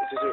Susu.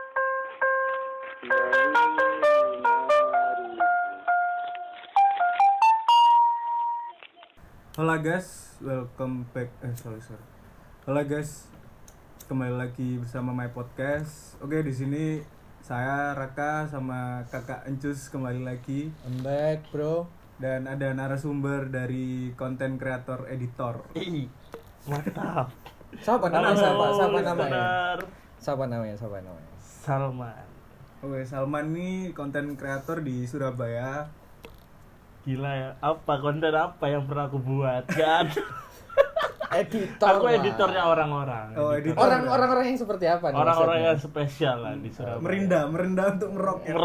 Halo guys, welcome back. Sorry. Halo guys, kembali lagi bersama My Podcast. Oke, di sini saya Raka sama kakak Encus kembali lagi. I'm back, bro. Dan ada narasumber dari konten kreator editor. Mantap. Siapa namanya? Benar. Siapa namanya? Salman. Oke, Salman nih konten kreator di Surabaya. Gila ya. Apa konten apa yang pernah aku buat? Kan. Editor. Aku editornya orang-orang. Oh, editor. Orang-orang yang seperti apa nih? Orang-orang maksudnya? yang spesial lah di Surabaya. Merendah untuk meroket.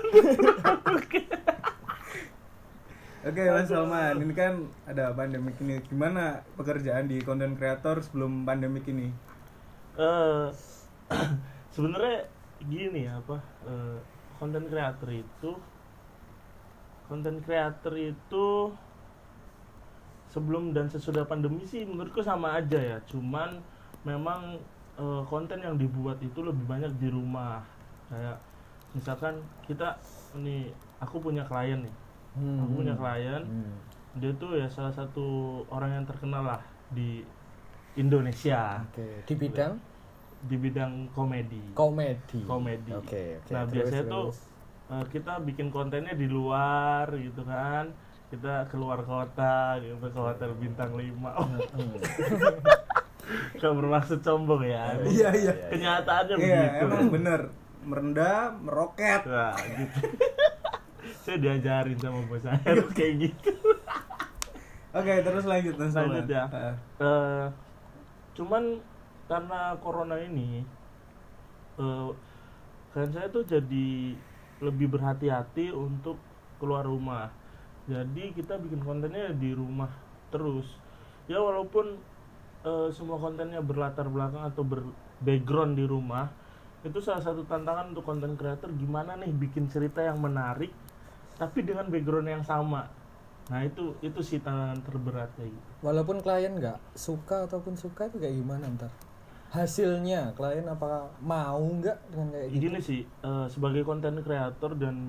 Oke, Mas Salman, ini kan ada pandemik ini. Gimana pekerjaan di konten kreator sebelum pandemik ini? Sebenarnya gini ya, konten kreator itu sebelum dan sesudah pandemi sih menurutku sama aja ya. Cuman memang konten yang dibuat itu lebih banyak di rumah. Kayak misalkan aku punya klien nih. Aku punya klien. Dia tuh ya salah satu orang yang terkenal lah di Indonesia. Oke. Di bidang komedi. Oke. Nah, biasanya tuh kita bikin kontennya di luar gitu kan. Kita keluar kota gitu ke hotel bintang 5. Gak bermaksud sombong ya. Iya. Kenyataannya Iya, begitu. emang bener. Merendah, meroket. Nah, gitu. Saya diajarin sama bos saya kayak gitu. Oke, terus lanjut Mas Salman. Lanjut ya. Cuman karena corona ini kan saya tuh jadi lebih berhati-hati untuk keluar rumah. Jadi kita bikin kontennya di rumah terus. Ya walaupun semua kontennya berlatar belakang atau berbackground di rumah, itu salah satu tantangan untuk konten kreator, gimana nih bikin cerita yang menarik tapi dengan background yang sama. Nah itu sih tantangan terberatnya gitu. Walaupun klien nggak suka ataupun suka itu kayak gimana ntar? Hasilnya klien apakah mau nggak dengan kayak gitu? Gini sih, sebagai konten kreator dan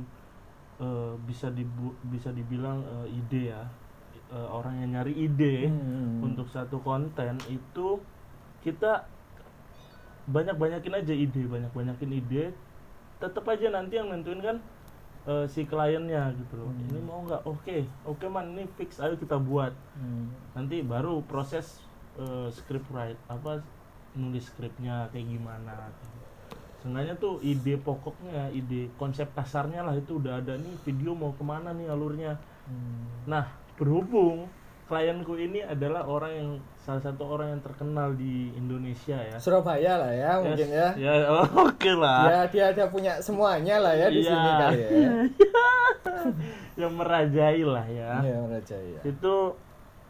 bisa dibilang ide ya, orang yang nyari ide untuk satu konten itu, kita banyakin ide, tetap aja nanti yang nentuin kan si kliennya gitu loh. Ini mau nggak? Oke man, ini fix, ayo kita buat. Nanti baru proses script write, nulis skripnya kayak gimana. Seenggaknya tuh ide pokoknya, ide konsep kasarnya lah itu udah ada nih, video mau kemana nih alurnya. Nah, berhubung klienku ini adalah salah satu orang yang terkenal di Indonesia ya. Surabaya lah ya, mungkin ya. Ya, oke lah. Ya dia punya semuanya lah ya di Iya. sini kali ya. Yang merajai lah ya. Iya, Rajaya. Itu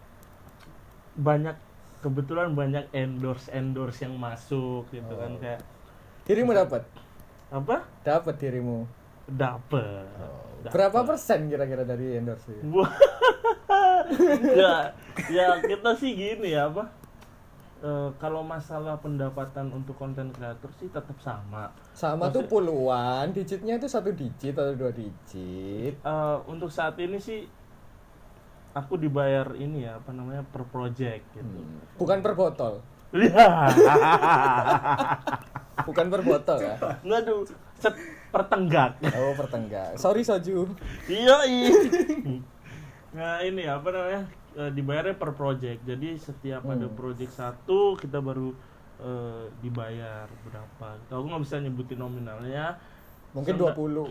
kebetulan banyak endorse yang masuk gitu kan, kayak Dirimu dapat? apa? Dapat dirimu. Dapet. Berapa persen kira-kira dari endorse itu? ya kita sih gini ya, kalau masalah pendapatan untuk konten kreator sih tetap sama. Sama tuh puluhan, digitnya itu 1 digit atau 2 digit. Untuk saat ini sih aku dibayar ini ya, per project gitu. Bukan per botol. Bukan per botol ya. Waduh, per tenggak. Oh, per tenggak. Sorry Soju. Iya. Nah ini dibayarnya per project. Jadi setiap ada project satu kita baru dibayar berapa. Aku nggak bisa nyebutin nominalnya. Mungkin 20.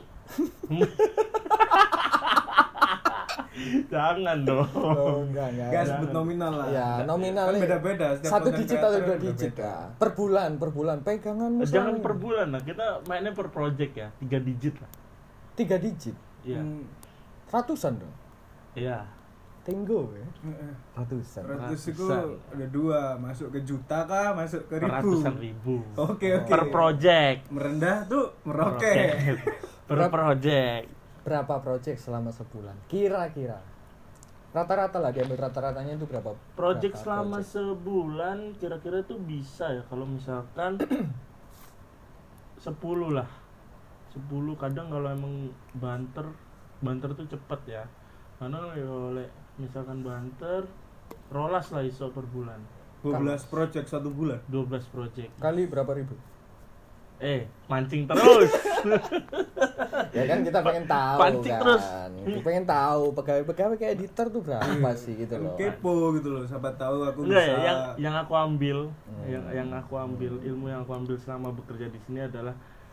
Jangan dong. Oh, enggak. Gak sebut nominal lah. Ya, nominal Kan beda-beda. Setiap 1 konten digit atau kreator 2 digit beda-beda. lah. Per bulan. Pegangan Jangan per bulan lah. Kita mainnya per project ya. 3 digit lah. 3 digit. Iya. Ratusan dong. Iya. Tenggo ya. Ratusan. Ratus itu Ratusan. ada 2, masuk ke juta kah, masuk ke ribu. Ratusan ribu. Oke. Per project. Merendah tuh meroket. Per project. Berapa project selama sebulan? Kira-kira. Rata-rata lah, diambil rata-ratanya itu berapa? Project berapa selama project? sebulan kira-kira tuh bisa ya kalau misalkan 10 lah. 10 kadang kalau emang banter tuh cepet ya. Karena oleh misalkan banter rolas lah iso per bulan. 12 project 1 bulan. 12 project. Kali berapa ribu? Mancing terus. Ya kan kita pengen tahu Pancing kan. terus. Kita pengen tahu pegawai kayak editor tuh berapa sih gitu loh. Kepo gitu loh, siapa tahu aku Enggak bisa. ya, yang aku ambil, yang aku ambil, ilmu yang aku ambil selama bekerja di sini adalah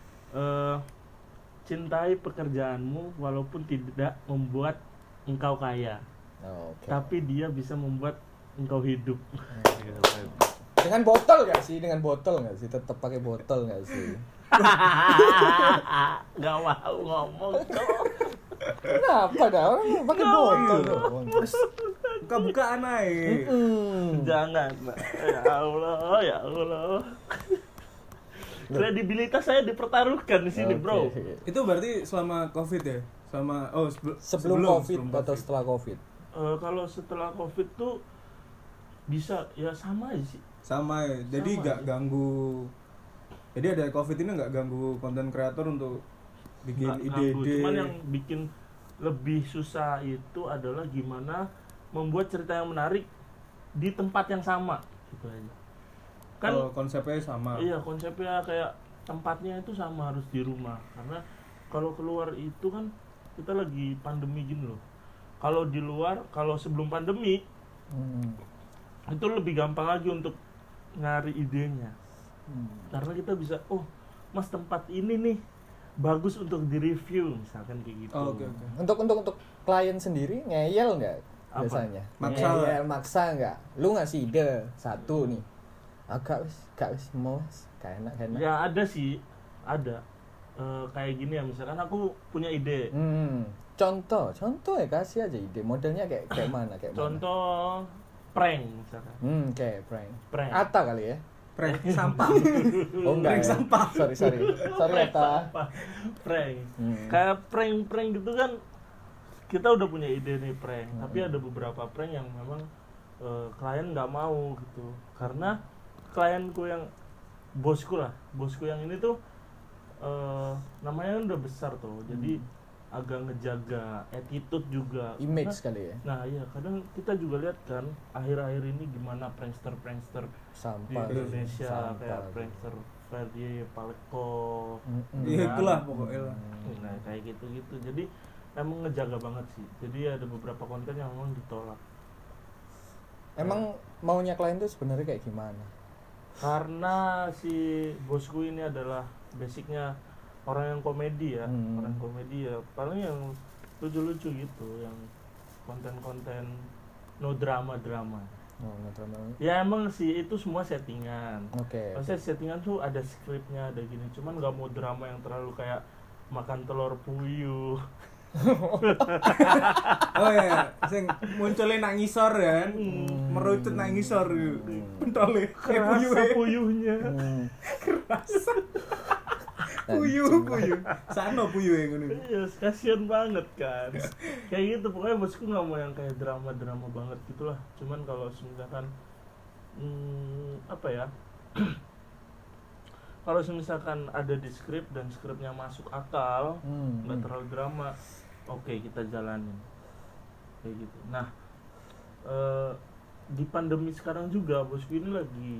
cintai pekerjaanmu walaupun tidak membuat engkau kaya. Oke. Tapi dia bisa membuat engkau hidup. Dengan botol nggak sih? Tetap pakai botol nggak sih? Nggak mau ngomong kok. Kenapa dah orang mau pakai botol dong? Buka-bukaan aja. Jangan. Ya Allah. Kredibilitas saya dipertaruhkan di sini, bro. Itu berarti selama Covid ya? Sebelum COVID atau setelah COVID? Kalau setelah COVID tuh bisa ya sama aja sih. Sama ya. Jadi Sama nggak aja. ganggu. Jadi ada Covid ini nggak ganggu konten kreator untuk bikin Nggak ide-ide. ganggu. Cuman yang bikin lebih susah itu adalah gimana membuat cerita yang menarik di tempat yang sama gitu aja. Kan konsepnya sama. iya, konsepnya kayak tempatnya itu sama, harus di rumah. Karena kalau keluar itu kan kita lagi pandemi gini loh. Kalau di luar, kalau sebelum pandemi itu lebih gampang lagi untuk nyari idenya. Karena kita bisa, mas tempat ini nih bagus untuk direview misalkan kayak gitu. Oke. Untuk klien sendiri ngeyel nggak Apa? biasanya? Maksa. Ngeyel, maksa nggak? Lu ngasih ide satu nih, agak wis mau kayak enak. Ya ada sih, ada. Kayak gini ya, misalkan aku punya ide. Contoh ya, kasih aja ide modelnya kayak mana? Contoh prank misalkan. Kayak prank. Prank. Atta kali ya? Prank sampah. Oh enggak. Prank Ya? sampah. Sorry Atta. Prank. Kayak prank itu kan kita udah punya ide nih prank, tapi ada beberapa prank yang memang klien nggak mau gitu. Karena klienku yang bosku yang ini tuh namanya udah besar tuh, jadi agak ngejaga attitude juga. Image Karena, kali ya? nah iya, kadang kita juga lihat kan akhir-akhir ini gimana prankster di Sampah. Indonesia, Sampah. kayak prankster Ferdi Paleko. Iya itulah pokoknya lah. Nah kayak gitu. Jadi emang ngejaga banget sih. Jadi ada beberapa konten yang memang ditolak. Emang maunya klien tuh sebenarnya kayak gimana? Karena si bosku ini adalah basicnya orang yang komedi ya, orang komedi ya, paling yang lucu-lucu gitu, yang konten-konten no drama. Oh, nggak terlalu. Ya emang sih itu semua settingan. Oke. Maksudnya settingan tuh ada skripnya, ada gini, cuman nggak mau drama yang terlalu kayak makan telur puyuh. Oh iya, sing munculnya nang ngisor kan. Merucut nang ngisor. Pentole Kerasa puyuhnya. Puyuh. Sano puyuh yang ngono. Iya, kasihan banget kan. Kayak gitu, pokoknya bosku nggak mau yang kayak drama banget gitulah. Cuman kalau misalkan apa ya? Kalau misalkan ada di skrip dan skripnya masuk akal, nggak terlalu drama, oke, kita jalanin kayak gitu. Nah, di pandemi sekarang juga bosku ini lagi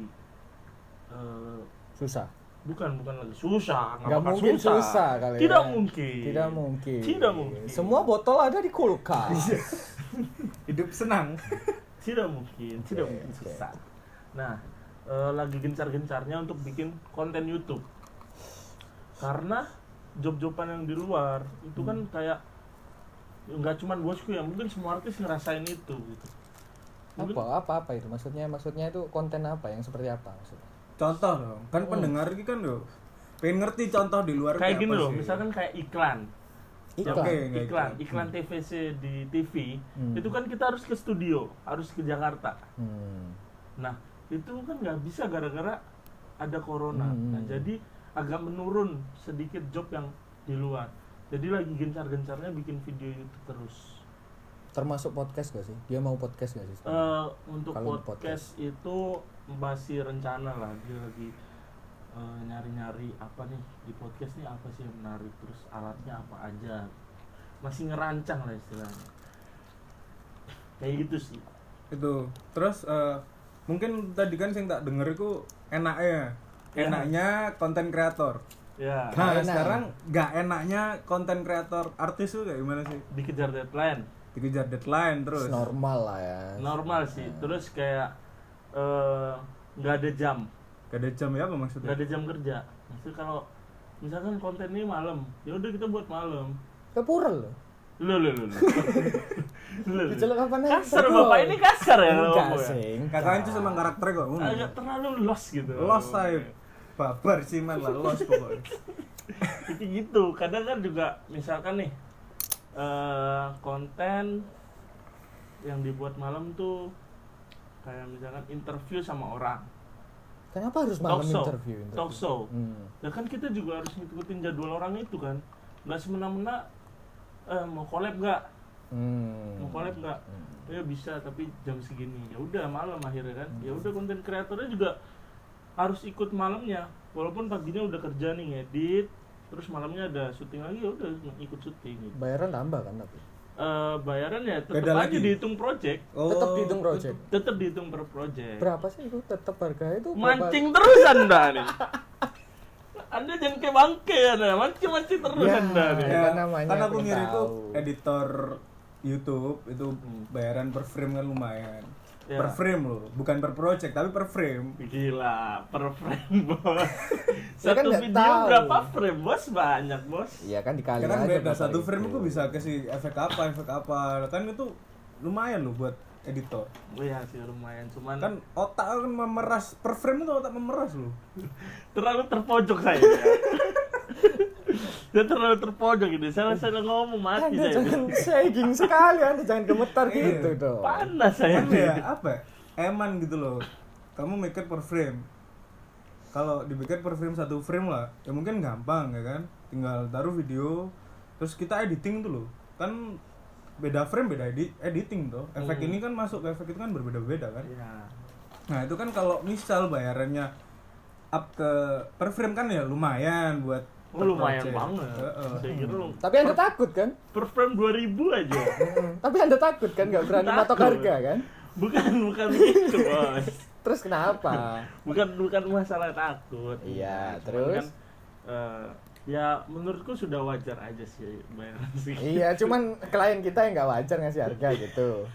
Susah. bukan lagi susah, Nggak mungkin susah kali tidak ya. mungkin. Tidak mungkin. Semua botol ada di kulkas. Hidup senang. Tidak mungkin susah. Nah, lagi gencar-gencarnya untuk bikin konten YouTube. Karena job-joban yang di luar itu kan kayak nggak cuman bosku ya, mungkin semua artis ngerasain itu gitu. Mungkin Apa itu maksudnya itu konten apa yang seperti apa maksudnya? Contoh dong. Kan pendengar iki kan yo pengen ngerti contoh di luar kayak gini apa loh, sih? misalkan kayak iklan. Oke, Iklan TVC di TV itu kan kita harus ke studio, harus ke Jakarta. Nah itu kan nggak bisa gara-gara ada corona. Nah jadi agak menurun sedikit job yang di luar. Jadi lagi gencar-gencarnya bikin video YouTube terus. Termasuk podcast gak sih? Dia mau podcast gak sih? Untuk Kalau podcast itu masih rencana lah, dia lagi nyari-nyari apa nih di podcast nih, apa sih yang menarik, terus alatnya apa aja, masih ngerancang lah istilahnya kayak gitu sih. Itu terus mungkin tadi kan sing tak denger itu enaknya konten kreator. Ya, Nah Enak. sekarang nggak enaknya konten kreator artis tuh kayak gimana sih? dikejar deadline Dikejar deadline terus. Normal lah ya. normal sih, terus kayak nggak ada jam, Gak ada jam ya apa nggak maksudnya? ada jam kerja. Maksudnya kalau misalkan konten ini malam, ya udah kita buat malam. Kepurel loh. Lo. Diceluk apa nih? Kasar bapak ini kasar ya kalau Enggak ngomong ya. sih. Kakak itu emang karakternya kok. Agak terlalu lost gitu. Los saya. Babar sih man lah los pokoknya. Jadi gitu. Kadang kan juga misalkan nih konten yang dibuat malam tuh kayak misalkan interview sama orang. Kenapa harus malam Talk show. interview? Talk show. Hmm. Ya kan kita juga harus ngikutin jadwal orang itu kan. Nggak semena-mena mau collab nggak? Mau collab nggak? Ya bisa tapi jam segini. Ya udah malam akhirnya kan. Ya udah konten kreatornya juga harus ikut malamnya. Walaupun paginya udah kerja nih ngedit, terus malamnya ada syuting lagi, ya udah ikut syuting gitu. Bayaran tambah kan tapi. Bayaran ya tetap Beda aja lagi. dihitung project. Tetap dihitung project. Tetap dihitung per project. Berapa sih itu tetap harganya itu? Mancing terus Anda nih. Anda jangan kayak bangke Anda, mancing terus Ya. Anda nih. Ya, kan namanya Kan aku pengen ngiri itu tahu. editor YouTube itu bayaran per frame kan lumayan. Ya. Per frame loh, bukan per project tapi per frame. Gila, per frame bos. Ya kan Satu nggak video tahu. berapa frame bos? Banyak bos. Iya kan dikali Karena aja beda berapa satu itu. frame itu bisa kasih efek apa kan itu lumayan loh buat editor. Oh iya sih lumayan, cuman Kan otak kan memeras per frame itu otak memeras loh. terlalu terpojok saya. Ya. Dia terlalu terpojok gitu. Saya ngomong mati Anda saya. jangan sagging sekali, Anda jangan gemetar Iya. gitu dong. Panas saya. Kan ya apa? Eman gitu loh. Kamu mikir per frame. Kalau dipikir per frame satu frame lah, ya mungkin gampang ya kan. Tinggal taruh video, terus kita editing tuh loh. Kan beda frame beda editing tuh. Efek ini kan masuk ke efek itu kan berbeda-beda kan. Iya. Nah itu kan kalau misal bayarannya up ke per frame kan ya lumayan buat Oh, per lumayan project. banget. Saya kira Tapi Anda takut kan? per frame 2.000 aja. Tapi Anda takut kan nggak berani Takut. patok harga kan? Bukan gitu, Bos. Terus kenapa? Bukan masalah takut. Iya, Cuman terus? kan, ya menurutku sudah wajar aja sih bayaran sih. Iya, cuman klien kita yang nggak wajar ngasih harga gitu.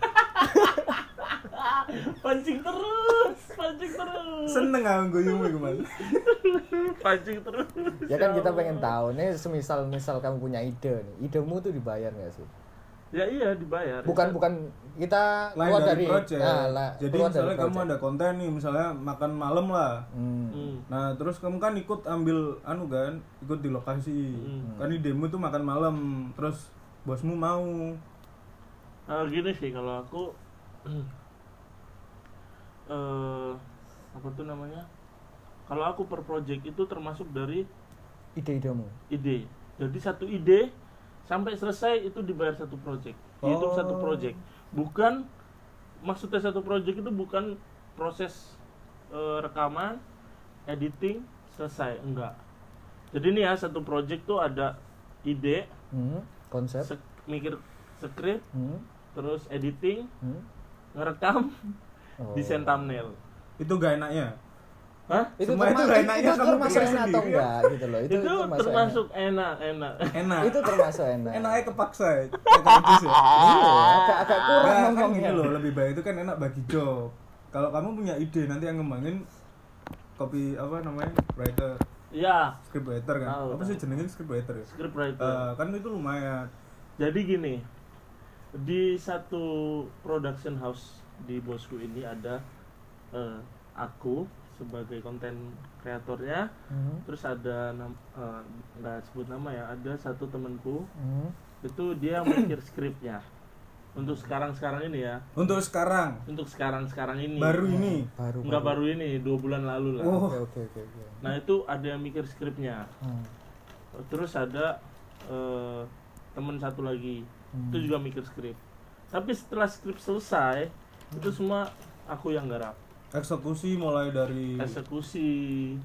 Pancing terus. Seneng aku guyung gimana? Pancing terus. Ya kan kita pengen tahu nih, misal kamu punya ide nih, idemu tuh dibayar nggak sih? Ya iya dibayar. Bukan kita Lain keluar dari dari project. Jadi keluar dari misalnya kamu project. ada konten nih, misalnya makan malam lah. Hmm. Nah terus kamu kan ikut ambil kan, ikut di lokasi. Kan idemu tuh makan malam, terus bosmu mau. Gini sih kalau aku apa tuh namanya? Kalau aku per project itu termasuk dari Ide-idemu. ide. Jadi satu ide sampai selesai itu dibayar satu project. Dihitung satu project. Bukan maksudnya satu project itu bukan proses rekaman, editing, selesai, enggak. Jadi nih ya satu project tuh ada ide, Konsep. mikir skrip, terus editing, Hmm. ngerekam, Oh. desain thumbnail. Itu gak enaknya. Hah? Itu Semua itu nggak enaknya kamu termasuk pikir enak atau sendiri, enggak gitu loh. Itu termasuk enak. Enak. Itu termasuk enak. Enaknya kepaksa ya. Kayak jus ya. Iya, agak kurang Nah, kan ngomongnya. gini loh, lebih baik itu kan enak bagi job. Kalau kamu punya ide nanti yang ngembangin copy apa namanya? Writer, Ya, script writer kan. Tahu, Apa sih jenengnya script writer ya? scriptwriter. Kan itu lumayan. Jadi gini, di satu production house di bosku ini ada aku sebagai konten kreatornya, terus ada nggak sebut nama ya, ada satu temanku itu dia mikir skripnya untuk sekarang ini ya, Untuk sekarang untuk sekarang ini baru ini. nggak baru ini 2 bulan lalu lah. Oh. Oke. Nah itu ada yang mikir skripnya, terus ada teman satu lagi itu juga mikir skrip. Tapi setelah skrip selesai itu semua aku yang garap. Eksekusi mulai dari Eksekusi,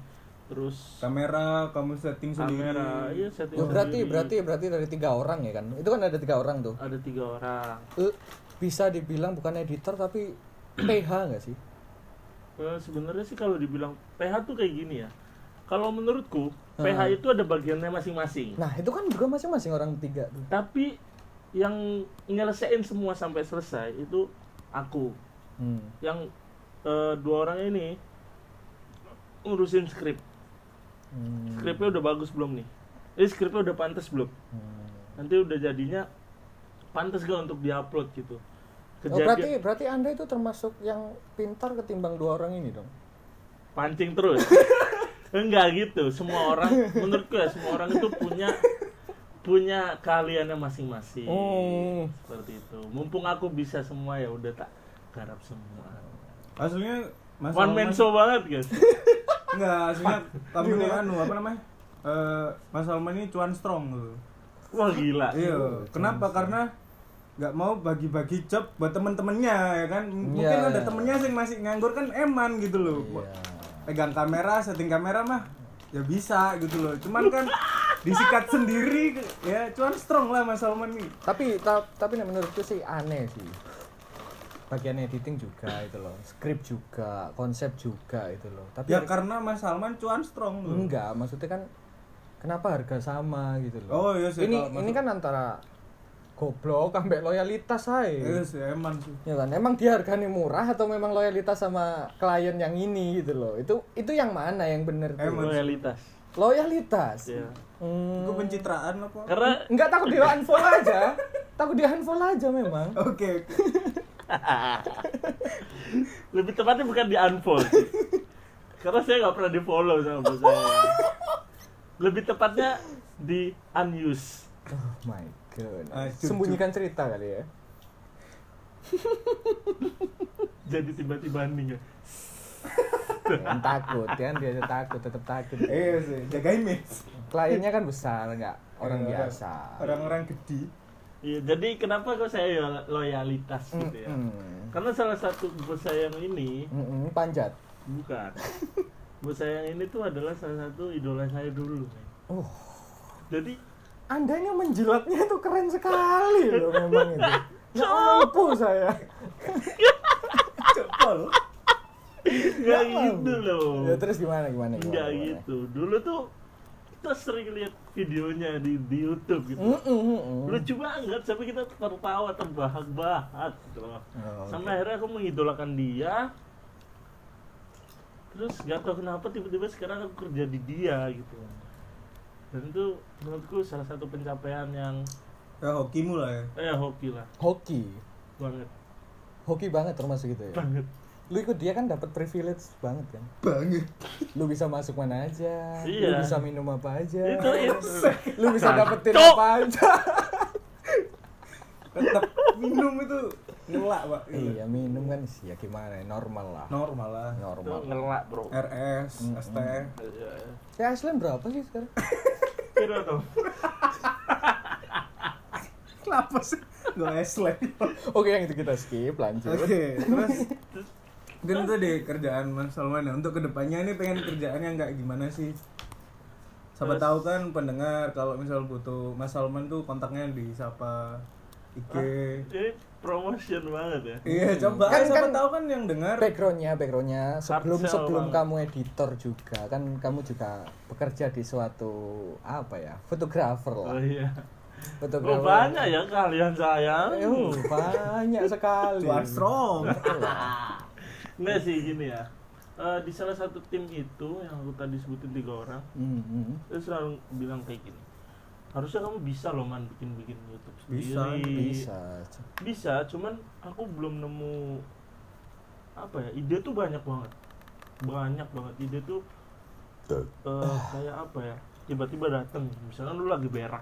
terus kamera kamu setting sendiri. kamera, iya setting Oh, berarti sendiri. dari 3 orang ya kan? Itu kan ada 3 orang tuh. Ada 3 orang. Bisa dibilang bukan editor tapi PH nggak sih? Sebenarnya sih kalau dibilang PH tuh kayak gini ya. Kalau menurutku PH itu ada bagiannya masing-masing. Nah itu kan juga masing-masing orang 3 tuh. Tapi yang nyelesain semua sampai selesai itu aku. Yang 2 orang ini ngurusin skrip. Skripnya udah bagus belum nih? Skripnya udah pantas belum? Nanti udah jadinya pantas gak untuk diupload gitu. Oh, berarti Anda itu termasuk yang pintar ketimbang 2 orang ini dong. Pancing terus. Enggak gitu. Semua orang menurutku ya semua orang itu punya keahliannya masing-masing. Seperti itu. Mumpung aku bisa semua ya udah tak garap semua. Aslinya Mas One man show banget, guys. Enggak, aslinya kamu ini apa namanya? Mas Salman ini cuan strong tuh. Wah gila. Iya, kenapa? Karena nggak mau bagi-bagi job buat temen-temennya ya kan. Mungkin Iya, ada iya. temennya yang masih nganggur kan eman gitu loh. Pegang kamera, setting kamera mah ya bisa gitu loh. Cuman kan disikat sendiri ya cuan strong lah Mas Salman nih. Tapi menurutku sih aneh sih. Bagian editing juga itu loh, skrip juga, konsep juga itu loh. Tapi Ya karena Mas Salman cuan strong loh. enggak, maksudnya kan kenapa harga sama gitu loh. Oh iya sih. Ini kan antara goblok sampai loyalitas aja. Iya sih eman sih. Ya kan, emang dia harganya murah atau memang loyalitas sama klien yang ini gitu loh. Itu yang mana yang bener tuh? Emang. Loyalitas. Loyalitas. Iya. Itu pencitraan apa? Karena Enggak, takut di unfollow aja. Takut di unfollow aja memang. Oke. lebih tepatnya bukan di unfollow sih. Karena saya nggak pernah di follow sama bos saya. Lebih tepatnya di unuse. Oh my god. Cucuk. Sembunyikan cerita kali ya. Jadi tiba-tiba nih ya. Yang takut kan, dia takut, tetap takut. Iya sih, jaga image. Kliennya kan besar, enggak orang Iya, biasa. Orang-orang gede. Iya, jadi kenapa kok saya loyalitas gitu ya? Karena salah satu bos saya yang ini Panjat. bukan. Bos saya yang ini tuh adalah salah satu idola saya dulu. Oh, Jadi Anda ini menjilatnya itu keren sekali loh memang itu. Ya ampun saya. Cepol. nggak gitu loh. Ya terus gimana? Nggak gitu. Dulu tuh kita sering lihat videonya di YouTube gitu. Lucu banget sampai kita tertawa terbahak-bahak gitu loh. Sampai akhirnya aku mengidolakan dia. Terus gak tau kenapa tiba-tiba sekarang aku kerja di dia gitu. Dan itu menurutku salah satu pencapaian yang Ya hokimu lah ya. hoki lah Hoki. banget. Hoki banget termasuk itu ya. Banget. Lu ikut dia kan dapat privilege banget kan. Banget. Lu bisa masuk mana aja. Iya. Lu bisa minum apa aja. Itu Lu bisa dapetin Cok. apa aja. Tetap minum itu ngelak pak. Iya, minum kan sih ya gimana ya, normal lah. Normal lah. itu Normal. ngelak bro. RS, ST. Ya Aslan berapa sih sekarang? Kira tuh. Kenapa sih? Gak S-Line. Oke, yang itu kita skip, lanjut. Oke, terus dan itu deh kerjaan Mas Salman ya. Untuk kedepannya ini pengen kerjaan yang kayak gimana sih? Siapa tahu kan pendengar kalau misal butuh Mas Salman tuh kontaknya di siapa IG. Ini promotion banget ya. Iya, coba Kan- siapa kan- tahu kan yang dengar. Backgroundnya sebelum Hard sell sebelum banget. kamu editor juga kan kamu juga bekerja di suatu apa ya, fotografer Oh lah. iya. Fotografer. Oh, banyak ya kalian sayang. Banyak sekali. Cuan strong. Enggak sih gini ya. Di salah satu tim itu yang aku tadi sebutin 3 orang, dia selalu bilang kayak gini. Harusnya kamu bisa loh man bikin YouTube sendiri. Bisa, cuman aku belum nemu apa ya, ide tuh banyak banget ide tuh kayak apa ya, tiba-tiba dateng misalkan lu lagi berak.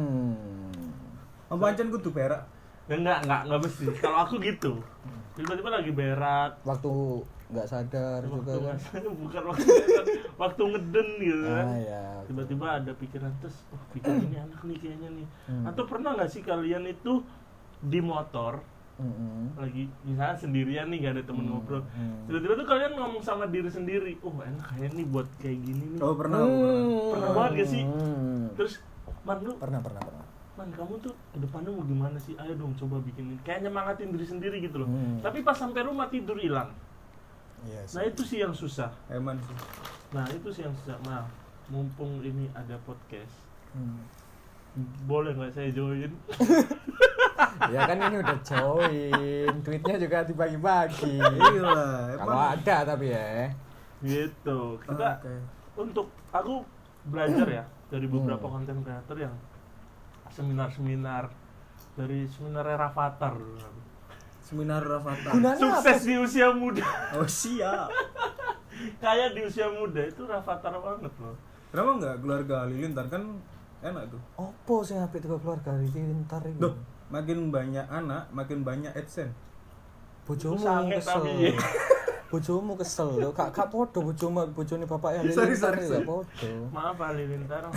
Apa ancen kudu berak? Enggak mesti. Kalau aku gitu, tiba-tiba lagi berak, Waktu nggak sadar juga kan. bukan waktu ngeden gitu kan. Ya. Tiba-tiba ada pikiran terus, bikin ini enak nih kayaknya nih. Atau pernah nggak sih kalian itu di motor lagi misalnya sendirian nih gak ada temen ngobrol, tiba-tiba tuh kalian ngomong sama diri sendiri, oh enak kayaknya nih buat kayak gini nih. Oh pernah Banget gak sih? Terus man lu pernah man kamu tuh kedepannya mau gimana sih, ayo dong coba bikin ini, kayak nyemangatin diri sendiri gitu loh. Tapi pas sampai rumah tidur hilang. Yes. Nah itu sih yang susah. Eman sih. Nah itu sih yang susah. Nah mumpung ini ada podcast, boleh nggak saya join? Ya kan ini udah join, tweetnya juga dibagi-bagi. Iya. Kalau ada tapi ya. Gitu. Kita untuk aku belajar ya dari beberapa konten kreator yang seminar dari seminar Rafathar. Seminar Rafathar. Sukses di usia muda. Oh siap. Kayak di usia muda itu Rafathar banget loh. Kenapa enggak keluarga Halilintar kan enak tuh. Opo sing apik teko keluarga Halilintar iki? Duh, makin banyak anak, makin banyak AdSense. Bojomu Sange kesel. tapi. Bojomu kesel lho, gak podo bojone bapak Sorry. ya podo. Maaf Halilintar.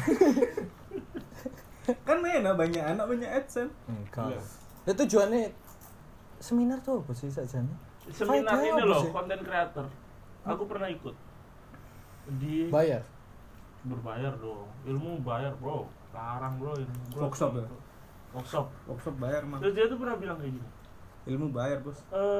Kan enak banyak anak banyak AdSense. Enggak. Ya tujuannya seminar tuh apa sih sajane? Seminar Faedahnya ini apa loh sih? konten kreator. Aku pernah ikut. Di Bayar. berbayar dong. Ilmu bayar, Bro. Larang, Bro, ilmu. Bro. Workshop ya? Workshop bayar mah. Terus dia tuh pernah bilang kayak gini. Ilmu bayar, Bos.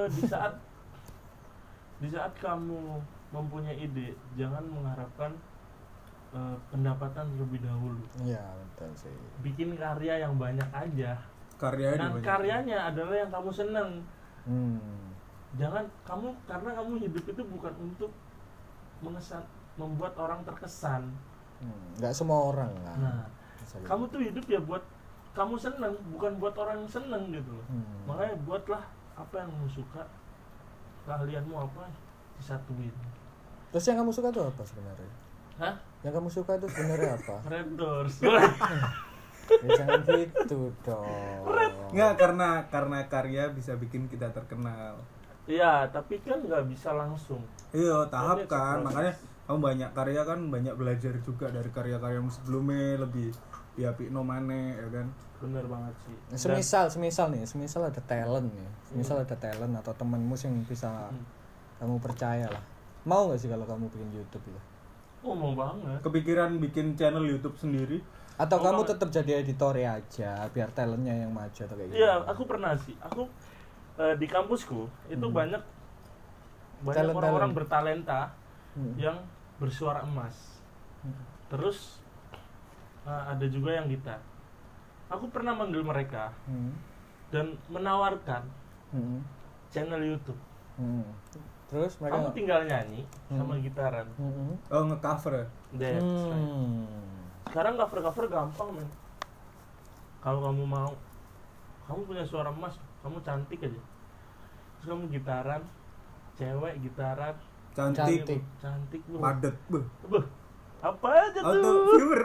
Di saat kamu mempunyai ide, jangan mengharapkan pendapatan terlebih dahulu. Iya, betul sih. Bikin karya yang banyak aja. Karyanya Dan banyak. karyanya adalah yang kamu seneng. Jangan karena kamu hidup itu bukan untuk membuat orang terkesan. Nggak semua orang kan. Nah, kamu tuh hidup ya buat kamu seneng, bukan buat orang yang seneng gitu loh. Makanya buatlah apa yang kamu suka, keahlianmu apa, disatuin. Terus yang kamu suka tuh apa sebenarnya? Hah? Yang kamu suka tuh sebenarnya apa? Red Doors. Ya jangan gitu dong. Enggak, karena karya bisa bikin kita terkenal. Iya, tapi kan nggak bisa langsung. Iya, tahap Tapi kan. proses. Makanya kamu banyak karya kan, banyak belajar juga dari karya-karyamu sebelumnya, lebih diapikno maneh ya kan. Bener banget sih. Semisal ada talent nih. Semisal ada talent atau temenmu yang bisa kamu percaya lah. Mau nggak sih kalau kamu bikin YouTube ya? Oh, mau banget. Kepikiran bikin channel YouTube sendiri? Atau Mau kamu banget. tetap jadi editor aja biar talentnya yang maju atau kayak gitu? Iya, aku pernah sih. Aku di kampusku itu banyak Talent-talent. orang-orang bertalenta yang bersuara emas. Terus ada juga yang gitar. Aku pernah manggil mereka dan menawarkan channel YouTube. Terus mereka Kamu tinggal nyanyi sama gitaran. Oh, nge-cover ya? That's right. Sekarang cover gampang, men. Kalau kamu mau, kamu punya suara emas, kamu cantik aja. Terus kamu gitaran, cewek gitaran, Cantik. cantik bro. Padet. Beuh. Beuh, apa aja Auto tuh? viewer.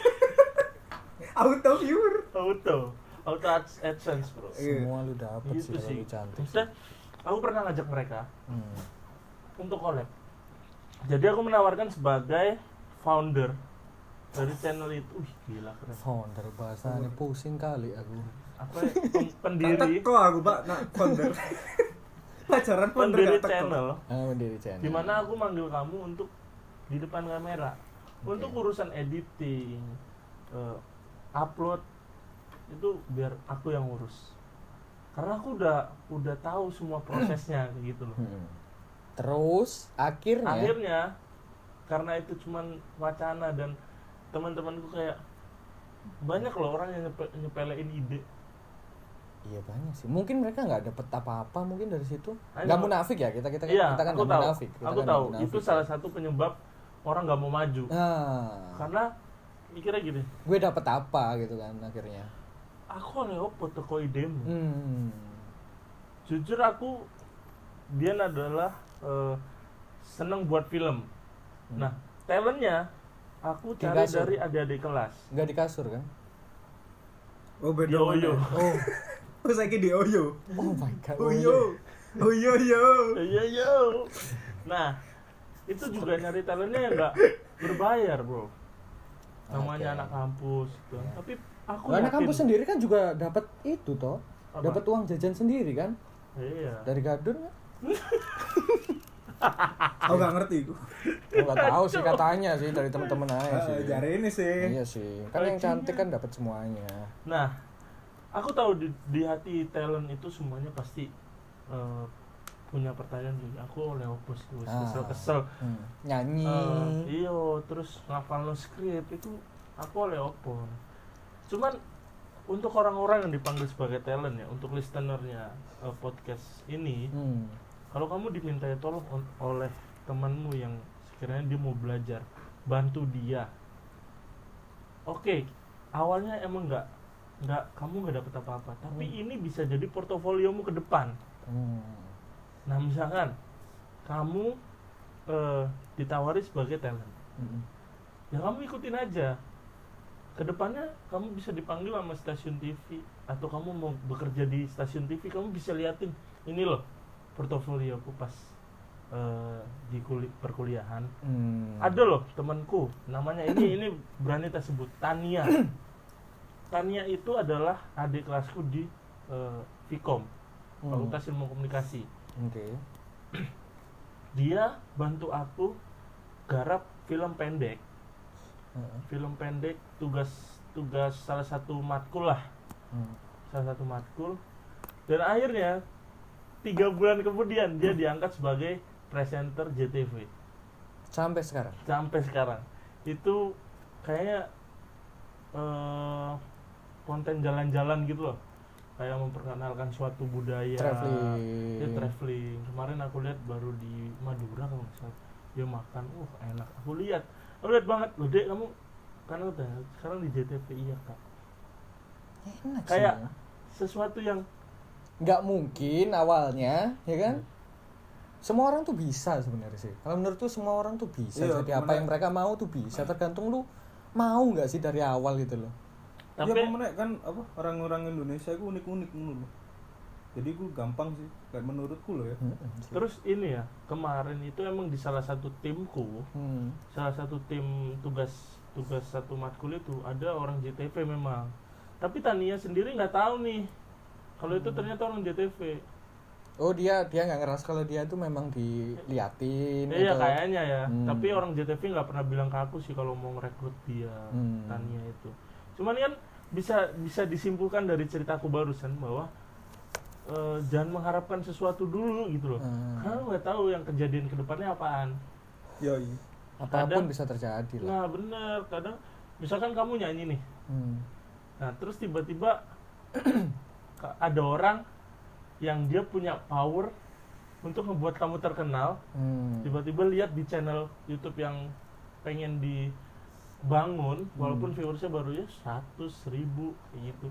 Auto viewer. Auto AdSense bro. semua lu dapet Gitu sih kalau sih. lu cantik. Maksudnya, aku pernah ngajak mereka untuk collab. Jadi aku menawarkan sebagai founder dari channel itu. Gila keren. Founder bahasanya pusing kali aku. Apa ya? Pendiri Teko aku, Pak, nak founder. Pacaran founder pendiri gak teko. channel. Mendiri channel. Dimana aku manggil kamu untuk di depan kamera untuk urusan editing, upload itu biar aku yang urus. Karena aku udah tahu semua prosesnya kayak gitu loh. Terus akhirnya karena itu cuman wacana dan teman-temanku kayak banyak loh orang yang nyepelein ide. iya banyak sih. Mungkin mereka nggak dapet apa-apa mungkin dari situ. Ayo. Nggak munafik ya kita Iya, kan aku nggak tahu. munafik. Kita Aku kan tahu. nggak munafik. Itu salah satu penyebab orang nggak mau maju. Nah, Karena mikirnya gini, gue dapet apa gitu kan akhirnya. aku oleh opo teko idemu. Jujur aku Dian adalah seneng buat film. Nah, talentnya aku Di cari kasur. dari adik-adik kelas. Nggak di kasur kan? Oh, beda Yo mana? yo. Oh, Oh, saiki di Oyo. oh my god. Oyo. Oyo yo. Iya yo. Nah, itu juga nyari talentnya yang nggak berbayar, bro. Namanya Oke. anak kampus gitu. Tapi aku Anak yakin kampus sendiri kan juga dapat itu toh Apa? Dapat uang jajan sendiri kan? Iya. Dari Gadun kan? Aku nggak ngerti itu. Enggak tahu sih katanya sih dari teman-teman aja sih. Jari ini sih. Iya sih. Kan yang cantik kan dapat semuanya. Nah, aku tahu di hati talent itu semuanya pasti punya pertanyaan gini. Aku oleh opus kesel. Nyanyi. Iyo, terus ngafal skrip itu aku oleh opo. Cuman untuk orang-orang yang dipanggil sebagai talent ya, untuk listenernya podcast ini, kalau kamu diminta tolong oleh temanmu yang sekiranya dia mau belajar, bantu dia. Oke, awalnya emang nggak kamu nggak dapet apa-apa, tapi ini bisa jadi portofoliomu ke depan. Nah, misalkan kamu ditawari sebagai talent, ya kamu ikutin aja. Kedepannya kamu bisa dipanggil sama stasiun TV, atau kamu mau bekerja di stasiun TV, kamu bisa liatin ini loh portofolioku pas di perkuliahan. Ada loh temanku namanya ini berani tak sebut, Tania. Tania itu adalah adik kelasku di Vkom, Fakultas Ilmu Komunikasi. Dia bantu aku garap film pendek. Film pendek tugas salah satu matkul lah. Salah satu matkul. Dan akhirnya 3 bulan kemudian dia diangkat sebagai presenter JTV. Sampai sekarang. Itu kayaknya konten jalan-jalan gitu loh. Kayak memperkenalkan suatu budaya. Traveling. Kemarin aku lihat baru di Madura kalau nggak salah. Dia makan, enak. Aku lihat banget loh, Dek, kamu kan udah sekarang di JTV. Iya, Kak. Enak kayak sih. Sesuatu yang nggak mungkin awalnya, ya kan? Semua orang tuh bisa sebenarnya sih. Kalau menurut tuh semua orang tuh bisa. Iya, jadi apa yang mereka mau tuh bisa. Tergantung lu mau nggak sih dari awal gitu loh. Tapi tapi kan orang-orang Indonesia itu unik-unik menurut. Jadi gue gampang sih, kayak menurutku loh ya. terus ini ya, kemarin itu emang di salah satu timku, salah satu tim tugas satu matkul itu ada orang JTV memang. Tapi Tania sendiri nggak tahu nih kalau itu ternyata orang JTV. Oh, dia nggak ngeras kalau dia tuh memang diliatin. Iya atau... kayaknya ya. Tapi orang JTV nggak pernah bilang ke aku sih kalau mau merekrut dia, Tania itu. Cuman kan bisa disimpulkan dari ceritaku barusan bahwa jangan mengharapkan sesuatu dulu gitu loh. Karena nggak tahu yang kejadian kedepannya apaan. Yoi. Apapun bisa terjadi lah. Nah bener, kadang misalkan kamu nyanyi nih, nah terus tiba-tiba ada orang yang dia punya power untuk membuat kamu terkenal, tiba-tiba lihat di channel YouTube yang pengen dibangun, walaupun viewersnya baru ya 100.000 kayak gitu,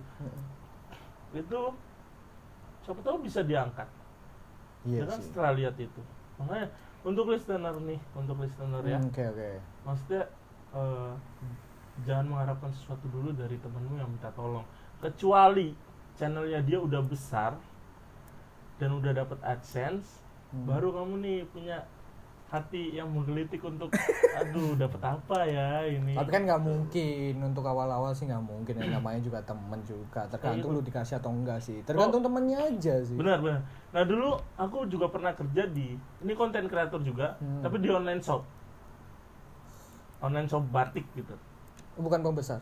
itu siapa tahu bisa diangkat. Iya Jangan sih. setelah lihat itu. Makanya untuk listener ya, Oke. maksudnya jangan mengharapkan sesuatu dulu dari temenmu yang minta tolong, kecuali channelnya dia udah besar dan udah dapat AdSense, baru kamu nih punya hati yang menggelitik untuk aduh dapat apa ya ini. Tapi kan nggak mungkin untuk awal-awal sih, nggak mungkin ya, namanya juga temen juga, tergantung lu dikasih atau enggak sih, tergantung temennya aja sih. Benar. Nah dulu aku juga pernah kerja ini konten kreator juga, tapi di online shop batik gitu. Bukan pembesar.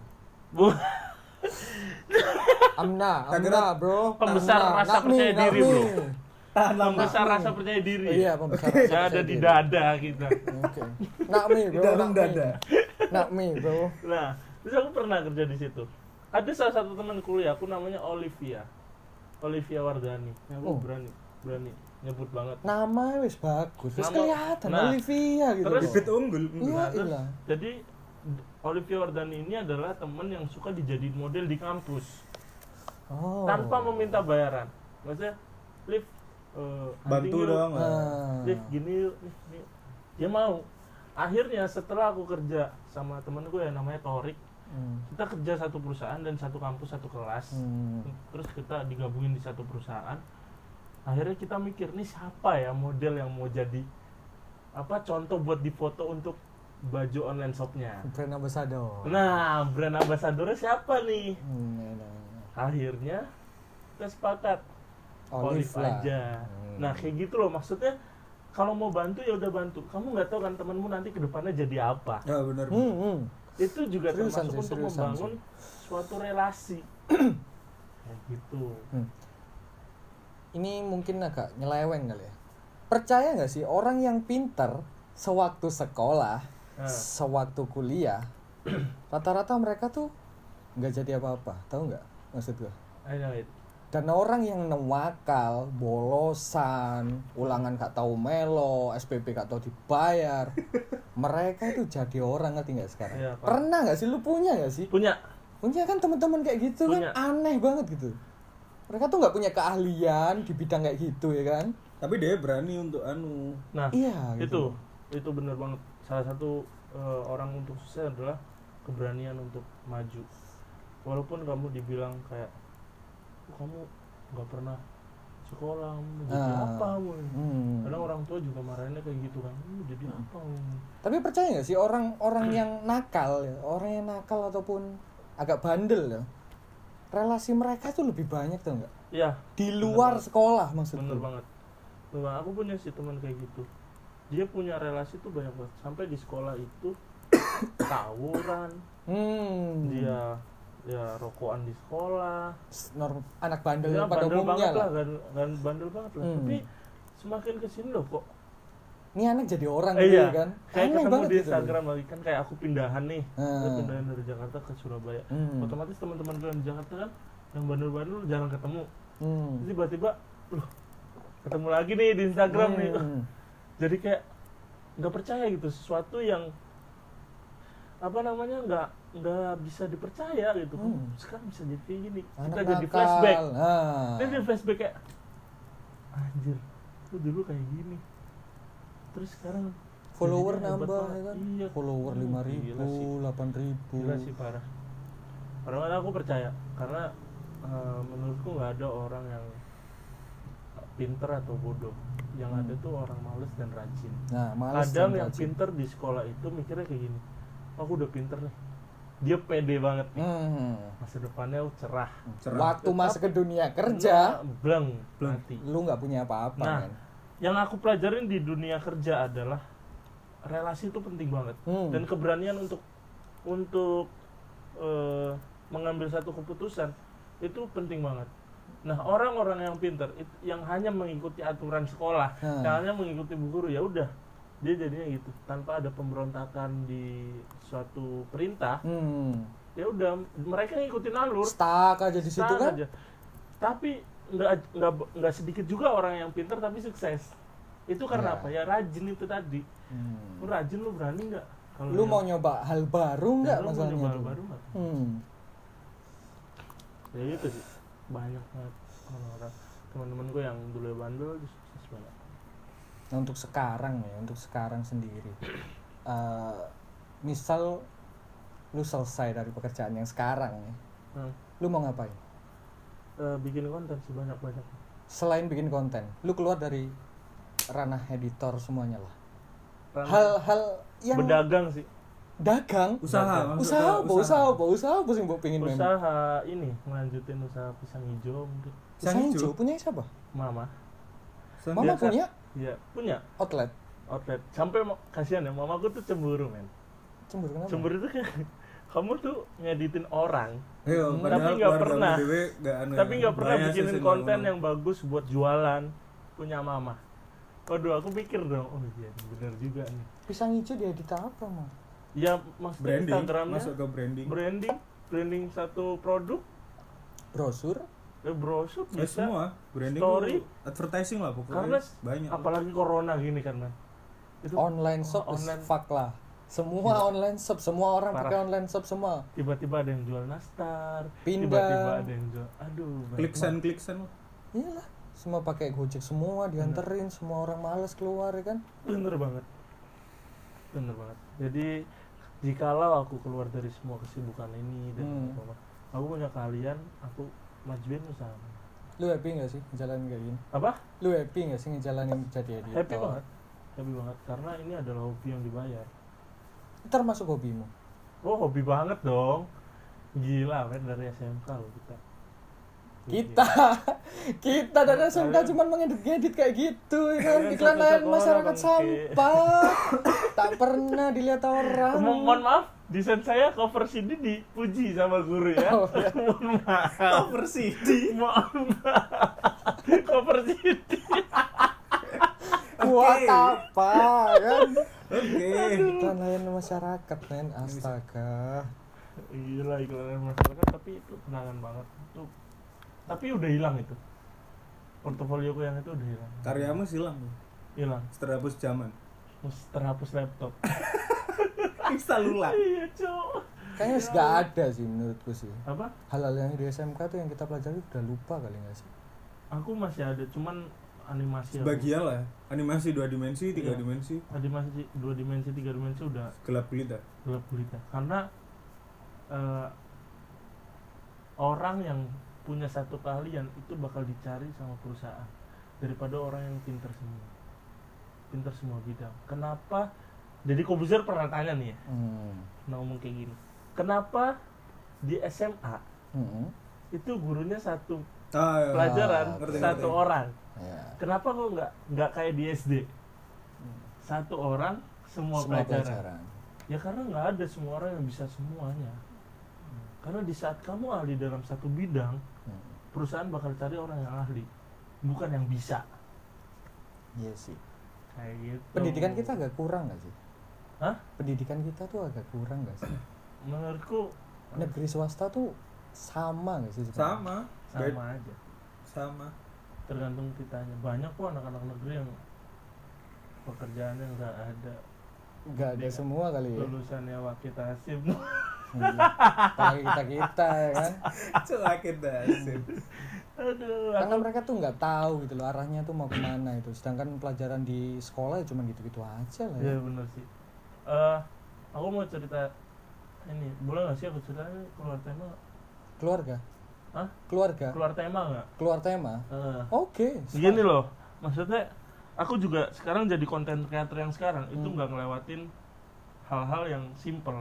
Kagak Amna bro. Pembesar rasa percaya diri, bro. Pembesar rasa percaya diri. Iya, pembesar rasa Yang ada percaya di diri. dada kita. Oke. Nakmi bro. Dalam dada. Nakmi bro. Nah, terus aku pernah kerja di situ. Ada salah satu teman kuliah aku namanya Olivia Wardani. Aku berani nyebut banget. Nama wis bagus. Wis Nama- kelihatan nah, Olivia gitu. terus- Bibit unggul. Iya, Terus, iya. jadi Olivia Wardani ini adalah teman yang suka dijadiin model di kampus Oh. tanpa meminta bayaran. Maksudnya, Liv, Bantu hunting yuk. dong. Liv, gini yuk, nih. Dia mau. Akhirnya setelah aku kerja sama temen gue yang namanya Torik, kita kerja satu perusahaan dan satu kampus, satu kelas. Terus kita digabungin di satu perusahaan. Akhirnya kita mikir, nih siapa ya model yang mau jadi contoh buat difoto untuk baju online shopnya. Brand ambassador. Nah, brand ambassadornya siapa nih? Iya. Akhirnya kita sepakat Olive lah. aja. Nah kayak gitu loh, maksudnya kalau mau bantu ya udah bantu. Kamu nggak tahu kan temanmu nanti kedepannya jadi apa. Ya benar. Itu juga Seriusan termasuk sih, untuk seriusan membangun suatu relasi. Kayak gitu. Ini mungkin agak nyeleweng kali ya. Percaya nggak sih orang yang pintar sewaktu sekolah, sewaktu kuliah, rata-rata mereka tuh nggak jadi apa-apa, tahu nggak maksud gue? I know it. Dan orang yang nawakal, bolosan, ulangan gak tahu melo, SPP gak tahu dibayar, mereka itu jadi orang, ngerti nggak sekarang? Iya, Pak. Pernah nggak sih, lu punya nggak sih? Punya. Punya kan teman-teman kayak gitu Punya. kan, aneh banget gitu. Mereka tuh nggak punya keahlian di bidang kayak gitu ya kan? Tapi dia berani untuk Nah, Iya, gitu. itu bener banget. Salah satu orang untuk sukses adalah keberanian untuk maju. Walaupun kamu dibilang kayak, kamu nggak pernah sekolah, kamu jadi apa kamu? Kadang orang tua juga marahinnya kayak gitu kan, jadi apa kamu? Tapi percaya nggak sih orang yang nakal, ya, orang yang nakal ataupun agak bandel ya, relasi mereka tuh lebih banyak tuh nggak? Iya. Di luar banget. sekolah maksudku. Bener banget. Nah, aku punya sih teman kayak gitu. Dia punya relasi tuh banyak banget. Sampai di sekolah itu tawuran. Dia rokokan di sekolah. Anak bandel Dia pada bandel umumnya banget lah. kan bandel banget lah. Tapi semakin kesini loh kok. Ini anak jadi orang gitu Iya. kan. Kayak Aneh ketemu banget di gitu. Instagram lagi kan, kayak aku pindahan nih. Aku pindahan dari Jakarta ke Surabaya. Otomatis teman-teman gue yang di Jakarta kan yang bandel-bandel jarang ketemu. Terus tiba-tiba loh, ketemu lagi nih di Instagram nih. Jadi kayak nggak percaya gitu, sesuatu yang apa namanya nggak bisa dipercaya gitu. Sekarang bisa jadi kayak gini. Anak Kita jadi nakal. flashback. Kita jadi flashback kayak anjir, lu dulu kayak gini. Terus sekarang Follower jadinya hebat nambah banget. ya kan? Iya. Follower 5.000, Gila sih. 8.000. Gila sih parah. Karena aku percaya, karena menurutku nggak ada orang yang pinter atau bodoh. Yang ada tuh orang males dan rajin. Nah, males Kadang dan yang rajin. pinter di sekolah itu mikirnya kayak gini, aku udah pinter nih, dia pede banget nih, masa depannya cerah. Waktu masuk ke dunia kerja, Bleng mati. lu nggak punya apa-apa Nah, kan. yang aku pelajarin di dunia kerja adalah relasi itu penting banget, dan keberanian untuk mengambil satu keputusan itu penting banget. Nah, orang-orang yang pintar yang hanya mengikuti aturan sekolah, yang hanya mengikuti bu guru, ya udah dia jadinya gitu tanpa ada pemberontakan di suatu perintah. Ya udah mereka ngikutin alur, Stuck aja di situ stuck kan. aja. Tapi nggak sedikit juga orang yang pintar tapi sukses. Itu karena Ya. apa? Ya rajin itu tadi. Lu rajin, lu berani nggak? Kalau Lu yang- mau nyoba hal baru nggak lu mau masalahnya nyoba tuh? baru nggak? Ya itu sih, banyak banget orang-orang teman-teman gue yang dulu bandel terus sukses banget. Nah, untuk sekarang sendiri, misal lu selesai dari pekerjaan yang sekarang nih, lu mau ngapain? Bikin konten sebanyak-banyak. Selain bikin konten, lu keluar dari ranah editor semuanya lah. Ranah Hal-hal yang berdagang sih. dagang, usaha usaha apa sih yang mbok pengin memang? Usaha ini ngelanjutin usaha pisang hijau mungkin. Pisang hijau punya siapa? Mama. Mama Biasa. punya Iya, punya outlet. Sampai kasihan ya, mamaku tuh cemburu, men. Cemburu kenapa? Cemburu tuh kayak kamu tuh ngeditin orang, Ayo, tapi nggak pernah, tapi ya. nggak pernah bikinin konten yang bagus buat jualan. Punya mama. Waduh, aku pikir dong, oh iya bener juga nih. Pisang hijau diedit apa, Mang? Ya maksudnya branding, Instagramnya masuk ke branding satu produk, Brosur? brosur bisa. semua branding story. tuh advertising lah pokoknya. Karena banyak. apalagi corona gini kan, man. Itu Online shop is online. fuck lah. Semua online shop, semua orang Parah. pakai online shop semua. Tiba-tiba ada yang jual nastar, Pindah. tiba-tiba ada yang jual, aduh. Kliksan Iyalah, semua pakai Gojek semua, dianterin, semua orang males keluar ya kan. Bener banget. Jadi jikalau aku keluar dari semua kesibukan ini dan aku punya keahlian, aku majuin usaha. Lu happy gak sih ngejalanin kayak gini? Apa? Lu happy gak sih ngejalanin jadi editor? Happy banget karena ini adalah hobi yang dibayar. Itu termasuk hobimu? Oh, hobi banget dong. Gila, men, dari SMK loh kita. Kita dari SMK cuma mengedit-ngedit kayak gitu ya kan. Iklan layanan masyarakat sampah. Tak pernah dilihat orang. Mohon maaf, desain saya cover CD dipuji sama guru ya. Oh, ya. Mohon maaf. Cover CD. Mohon maaf. Cover CD. Buat apa kan? Oke. Iklan layanan masyarakat men, astaga. Gila iklan masyarakat, tapi itu kenangan banget. Itu tapi udah hilang itu. Portofolioku yang itu udah hilang. Karyamu hilang. Hilang. Terhapus zaman. Terhapus laptop. Install ulang. Iya, Cok. Kayaknya gak ada sih menurutku sih. Apa? Hal-hal yang di SMK tuh yang kita pelajari udah lupa kali nggak sih? Aku masih ada, cuman animasi aku. Sebagian lah. Animasi 2 dimensi, 3 Iya. dimensi. Animasi 2 dimensi, 3 dimensi udah Gelap gulita. gelap gulita. Karena orang yang punya satu keahlian itu bakal dicari sama perusahaan daripada orang yang pintar semua bidang. Kenapa? Jadi Kobuzer pernah tanya nih ya, ngomong kayak gini, kenapa di SMA itu gurunya satu pelajaran satu orang, kenapa kok nggak kayak di SD satu orang semua pelajaran? Ya karena nggak ada semua orang yang bisa semuanya. Karena di saat kamu ahli dalam satu bidang, perusahaan bakal cari orang yang ahli, bukan yang bisa. Iya sih. Kayak gitu. Pendidikan kita agak kurang nggak sih? Hah? Pendidikan kita tuh agak kurang nggak sih? Menurutku Negeri swasta tuh sama nggak sih? sebenarnya? sama aja. Sama. Tergantung kitanya. Banyak kok anak-anak negeri yang pekerjaannya nggak ada. Nggak ada semua kali ya. Lulusannya wakil tasib. Apalagi kita ya kan. Coba kita sip. Aduh. Karena mereka tuh nggak tahu gitu loh arahnya tuh mau kemana itu. Sedangkan pelajaran di sekolah ya cuma gitu-gitu aja lah ya. Iya benar sih. Aku mau cerita ini. Boleh nggak sih aku ceritain keluar tema? Keluarga. Hah? Keluarga. Keluar tema nggak? Keluar tema. Oke. Gini loh, maksudnya aku juga sekarang jadi content creator yang sekarang itu nggak ngelewatin hal-hal yang simple.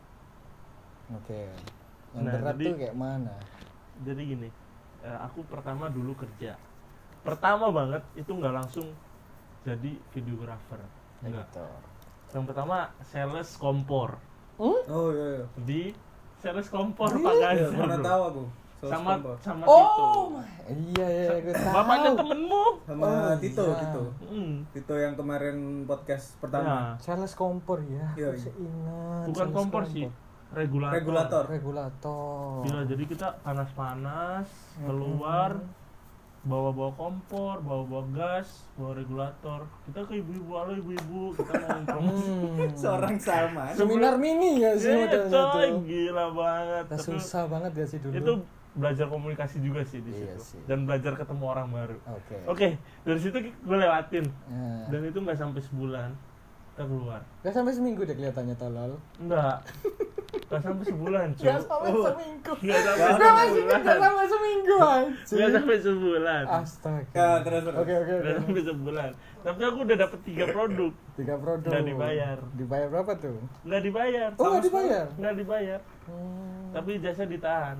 Oke. Yang Nah, berat jadi- tuh kayak mana? Jadi gini, aku pertama dulu kerja. Pertama banget itu nggak langsung jadi videographer. Enggak. Gitu. Yang pertama sales kompor Oh iya. di sales kompor Iya, Pak Iya, Gaza. pernah bro. tahu aku. Sales Sama kompor. sama Oh, Tito. iya gue tahu. Bapaknya temenmu. Sama Oh, Tito, iya. Tito. Hmm. Yang kemarin podcast Ya, pertama. Charles kompor ya. Iya, Aku iya. ingat. bukan Charles kompor sih, regulator. Regulator. Gila, jadi kita panas-panas keluar, bawa-bawa kompor, bawa-bawa gas, bawa regulator. Kita ke ibu-ibu, halo ibu-ibu, kita mau promosi. Seorang Salman. Seminar mini gak sih Iya modelnya coy, tuh? gila banget. Nah, Tapi susah banget gak sih dulu? itu belajar komunikasi juga sih di Iya situ. sih. Dan belajar ketemu orang baru. Oke. Oke, dari situ gue lewatin. Nah, Dan itu nggak sampai sebulan kita keluar. gak sampai seminggu deh kelihatannya tolol. Nggak sampai sebulan cuy. Gak sampai seminggu. Nggak sampai Gak masih sebulan. gak sampai seminggu aja. Nggak sampai sebulan. Astaga. Ya, terus. Oke. Nggak sampai sebulan. Tapi aku udah dapet 3 produk. 3 produk. Nggak dibayar. Dibayar berapa tuh? Nggak dibayar. Oh, nggak dibayar? Nggak dibayar. Tapi jasa ditahan.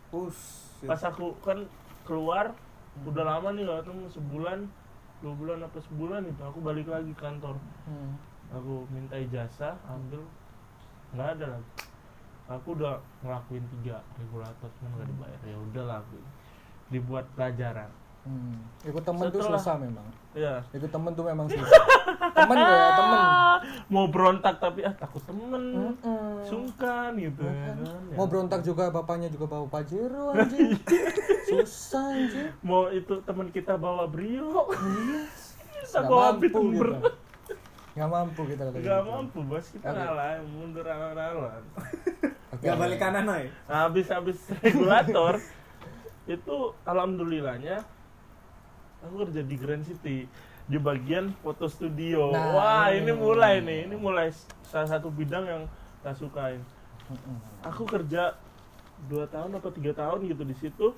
Pas aku kan keluar, udah lama nih gak ketemu, sebulan, 2 bulan apa sebulan itu aku balik lagi kantor. Aku minta ijazah, ambil, nggak ada lagi. Aku udah ngelakuin 3 regulator, cuma nggak dibayar. Ya udahlah, aku dibuat pelajaran. Ikut temen tuh Setelah- susah memang. Ya. Ikut temen tuh memang susah. Temen ya, temen. Mau berontak tapi takut temen, sungkan gitu. Kan? Kan? Ya. Mau berontak juga bapaknya juga bawa pajero anjing. Susah anjing. Mau itu teman kita bawa brio, kita Nggak bawa mampu Bitmber. kita. Nggak mampu kita kalau Gak gitu. mampu bos, kita Oke. ngalah, mundur alon-alon. Oke. Gak balik kanan, Noy. Habis regulator itu alhamdulillahnya aku kerja di Grand City di bagian foto studio. Nah, Wah, ini. ini mulai salah satu bidang yang tak sukain. Aku kerja 2 tahun atau 3 tahun gitu di situ,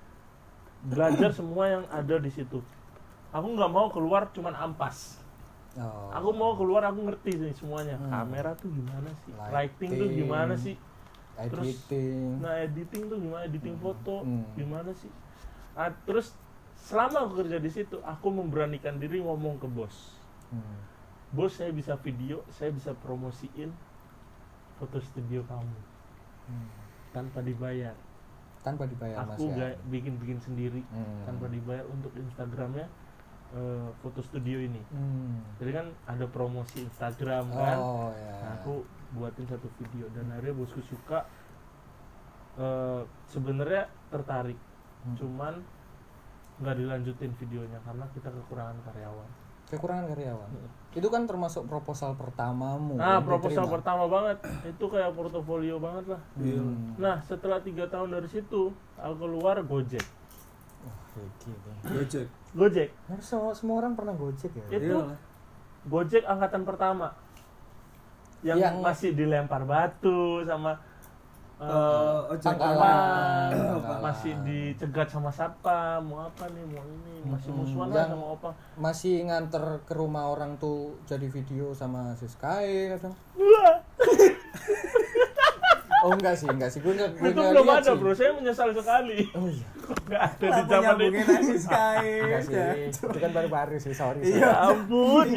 belajar semua yang ada di situ. Aku nggak mau keluar cuman ampas. Oh. Aku mau keluar, aku ngerti nih semuanya. Kamera tuh gimana sih? Lighting tuh gimana sih? Editing. Nah, editing tuh gimana? Editing foto gimana sih? Terus selama aku kerja di situ, aku memberanikan diri ngomong ke bos. Bos, saya bisa video, saya bisa promosiin foto studio kamu tanpa dibayar. Tanpa dibayar Mas Aku ya. bikin sendiri tanpa dibayar untuk Instagramnya foto studio ini. Jadi kan ada promosi Instagram kan. Nah, aku buatin satu video dan akhirnya bosku suka. Sebenarnya tertarik, cuman nggak dilanjutin videonya karena kita kekurangan karyawan. Itu kan termasuk proposal pertamamu. Nah, proposal pertama banget. Itu kayak portofolio banget lah. Nah, setelah 3 tahun dari situ, aku keluar Gojek. Gojek. Semua orang pernah Gojek ya. Itu Gojek angkatan pertama. Yang masih dilempar batu sama pangkalan. Masih dicegat sama satpam, mau apa nih, mau ini, masih musuhan lah sama opa. Masih nganter ke rumah orang tuh jadi video sama si Sky kadang. Oh enggak sih, gue itu belum ada sih. Bro, saya menyesal sekali. Oh iya. Enggak ada di zaman itu. Si Sky. Enggak sih, itu kan baru-baru sih, sorry. Ya ampun.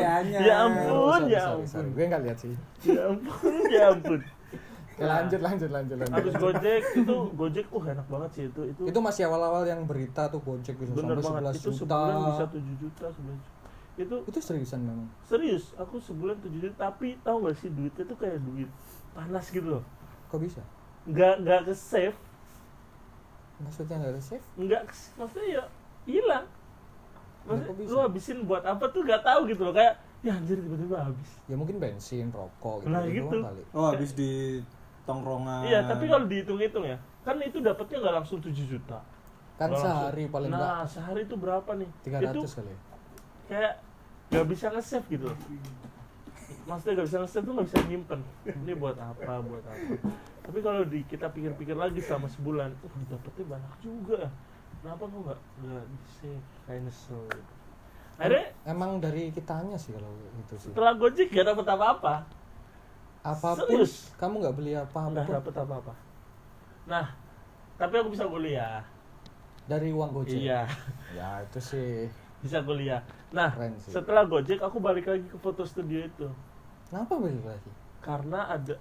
Gue enggak lihat sih. Ya ampun. Lanjut. Habis Gojek enak banget sih itu. Itu masih awal-awal yang berita tuh Gojek bisa bener sampai 11 itu juta. Sebulan bisa 7 juta sebenarnya. Itu seriusan memang. Serius, aku sebulan 7 juta, tapi tahu gak sih duitnya tuh kayak duit panas gitu loh. Kok bisa? Enggak ke save. Maksudnya enggak ke save? Enggak, maksudnya ya hilang. Maksudnya lu habisin buat apa tuh gak tahu gitu loh, kayak ya anjir tiba-tiba habis. Ya mungkin bensin, rokok gitu. Nah, gitu. Oh, habis di tongkrongan. Iya, tapi kalau dihitung-hitung ya, kan itu dapatnya nggak langsung 7 juta. Kan sehari paling enggak. Nah, sehari itu berapa nih? 300 itu kali. Kayak nggak bisa nge-save gitu. Maksudnya nggak bisa nge-save tuh nggak bisa nyimpen. Ini buat apa? Tapi kalau kita pikir-pikir lagi selama sebulan, dapetnya banyak juga. Kenapa kok nggak di-save? Kayak nyesel gitu. Akhirnya emang dari kitanya sih kalau itu sih. Setelah Gojek gak dapet apa-apa. Apapun, serius? Kamu nggak beli apa-apa. Nggak dapet apa-apa. Nah, tapi aku bisa kuliah. Dari uang Gojek? Iya. Ya itu sih. Bisa kuliah. Nah, sih. setelah Gojek aku balik lagi ke foto studio itu. Kenapa balik lagi? Karena ada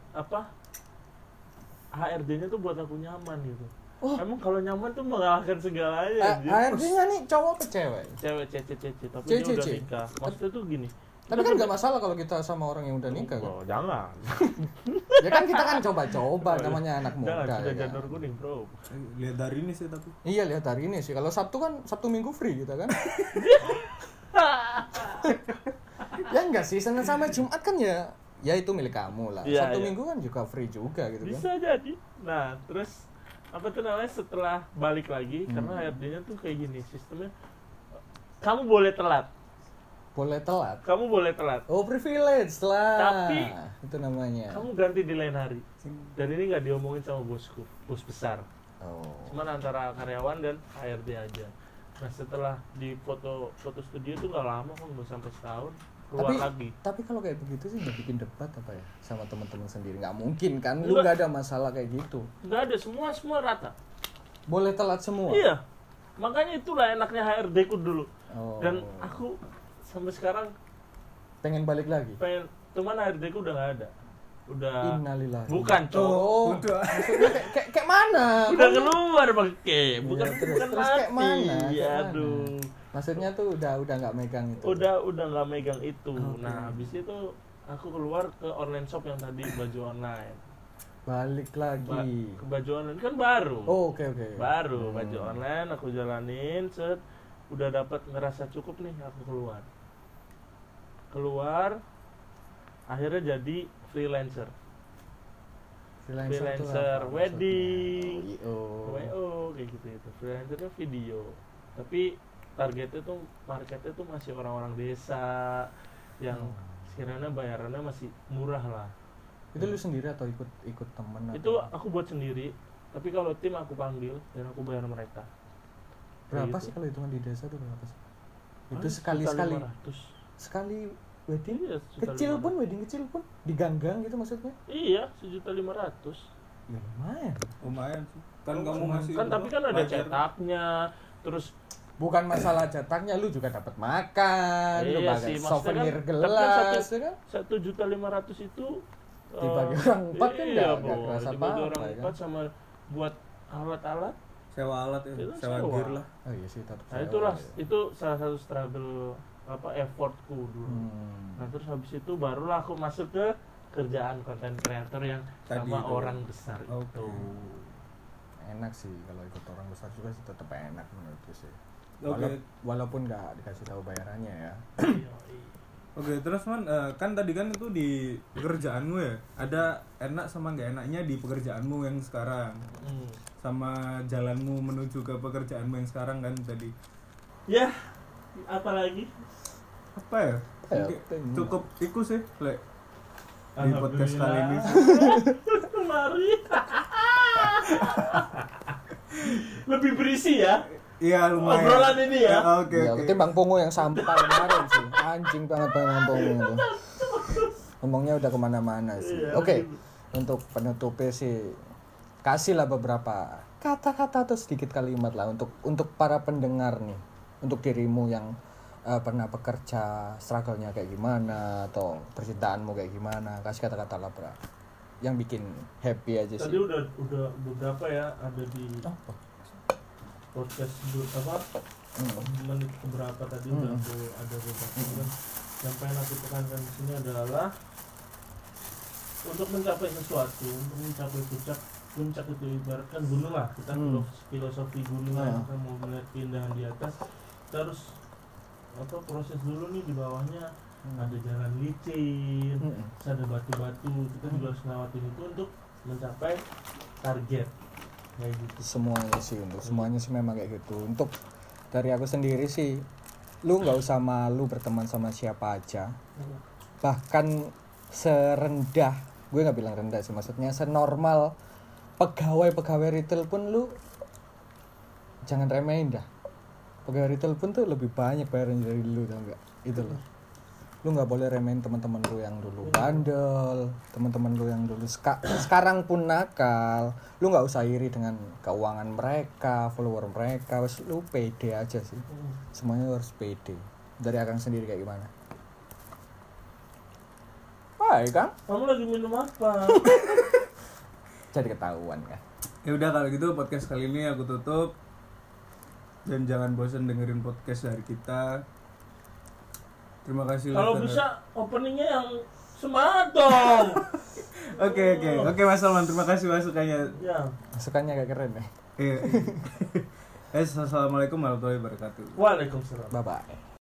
HRD-nya tuh buat aku nyaman gitu. Oh. Emang kalau nyaman tuh mengalahkan segalanya. HRD-nya nih cowok ke cewek? Cewek, tapi dia udah nikah. Maksudnya tuh gini. Tapi kan nggak masalah kalau kita sama orang yang udah nikah kan? Oh, jangan. Ya kan kita kan coba-coba, namanya anak muda. Jangan, sudah ya janur kuning bro. Lihat dari ini sih tapi. Iya, lihat hari ini sih. Kalau Sabtu Minggu free gitu kan? Ya enggak sih, Senin sampai Jumat kan ya itu milik kamu lah. Ya, Sabtu ya. Minggu kan juga free juga gitu bisa kan? jadi. Nah, terus apa tuh namanya, setelah balik lagi karena HRD-nya tuh kayak gini sistemnya, kamu boleh telat. Kamu boleh telat. Oh, privilege lah. Tapi itu namanya. Kamu ganti di lain hari. Dan ini nggak diomongin sama bosku, bos besar. Oh. Cuman antara karyawan dan HRD aja. Nah, setelah di foto studio tuh nggak lama kok, nggak sampai setahun keluar lagi. Tapi kalau kayak begitu sih nggak bikin debat apa ya sama teman-teman sendiri? Nggak mungkin kan? Lu nggak ada masalah kayak gitu. Nggak ada, semua rata. Boleh telat semua. Iya. Makanya itulah enaknya HRD ku dulu. Oh. Dan aku sampai sekarang pengen balik lagi. Cuman HRD ku udah nggak ada. Udah. Innalillahi. Bukan, Oh, maksudnya kayak mana? Udah keluar bangke. Bukan terus mati. kayak mana? Aduh. Maksudnya tuh udah nggak megang itu. Udah nggak megang itu. Nah, habis itu aku keluar ke online shop yang tadi baju online. Balik lagi. Ke baju online kan baru. Oh, oke. Baru baju online aku jalanin, set udah dapat ngerasa cukup nih, aku keluar akhirnya jadi freelancer wedding, WO kayak gitu itu. Freelancernya video, tapi targetnya tuh marketnya tuh masih orang-orang desa yang sekiranya bayarannya masih murah lah. Itu lu sendiri atau ikut temen? Itu aku buat sendiri, tapi kalau tim aku panggil dan aku bayar mereka. Berapa gitu. sih kalau hitungan di desa tuh berapa sih? Itu sekali wedding? Iya, wedding kecil pun di gang-gang gitu maksudnya? Iya, 1.500.000. Ya lumayan sih. Kan kamu masih kan, tapi kan ada cetaknya, terus bukan masalah jatahnya, lu juga dapat makan, lu iya pakai sih, maksudnya souvenir kan, gelas, tapi ya kan? 1.500.000 itu Dibagi orang 4 kan iya, nggak kerasa dibagi apa-apa, orang ya 4 kan? sama buat alat-alat. Sewa alat ya, Itu sewa sewa. gear lah. Oh iya sih, tetap Nah sewa, itulah, ya. itu salah satu struggle effortku dulu. Nah terus habis itu barulah aku masuk ke kerjaan konten creator yang Tadi sama itu. orang besar Oke. itu. Enak sih kalau ikut orang besar juga sih, tetap enak menurutku sih. Oke. Walaupun nggak dikasih tahu bayarannya ya. Oke, terus man, kan tadi kan itu di pekerjaanmu ya, ada enak sama nggak enaknya di pekerjaanmu yang sekarang, sama jalanmu menuju ke pekerjaanmu yang sekarang kan tadi. Ya, apalagi? Apa ya? Ya, Mungkin cukup itu sih, Lek. Di podcast kali ini. Mari. Lebih berisi ya. Iya lumayan. Obrolan ini ya. Oke Ya, oke. ketimbang Pongo yang sampah kemarin sih. Anjing banget Bang Pongo itu. Ngomongnya udah kemana-mana sih. Iya, Oke, untuk penutupnya sih kasihlah beberapa kata-kata atau sedikit kalimat lah untuk para pendengar nih, untuk dirimu yang pernah bekerja, struggle-nya kayak gimana atau percintaanmu kayak gimana, kasih kata-kata lah bro yang bikin happy aja sih. Tadi udah beberapa ya ada di Apa? podcast menit keberapa tadi udah ada beberapa kan. Yang pengen aku tekankan di sini adalah untuk mencapai sesuatu, untuk mencapai puncak itu ibaratkan gunung lah, kita filosofi gunung lah, kita mau melihat keindahan di atas, kita harus proses dulu nih di bawahnya, ada jalan licin, terus ada batu-batu, kita juga harus ngelewatin itu untuk mencapai target kayak gitu. Semuanya sih memang kayak gitu. Untuk dari aku sendiri sih, lu nggak usah malu berteman sama siapa aja, bahkan serendah, gue nggak bilang rendah sih, maksudnya senormal pegawai retail pun lu jangan remehin dah. Pegawai retail pun tuh lebih banyak bayaran dari lu, tau nggak? Itu loh. Lu nggak boleh remehin teman-teman lu yang dulu bandel, teman-teman lu yang dulu sekarang pun nakal. Lu nggak usah iri dengan keuangan mereka, follower mereka. Wes lu pede aja sih. Semuanya harus pede. Dari Akang sendiri kayak gimana? Hai Kang, Kamu lagi minum apa? jadi ketahuan kan. Ya udah kalau gitu podcast kali ini aku tutup. Dan jangan bosan dengerin podcast dari kita. Terima kasih. Kalau listener. bisa openingnya yang semangat dong. Oke Mas Salman, terima kasih masukannya. Ya. Masukannya agak keren ya. Iya. Assalamualaikum warahmatullahi wabarakatuh. Waalaikumsalam. Bye bye.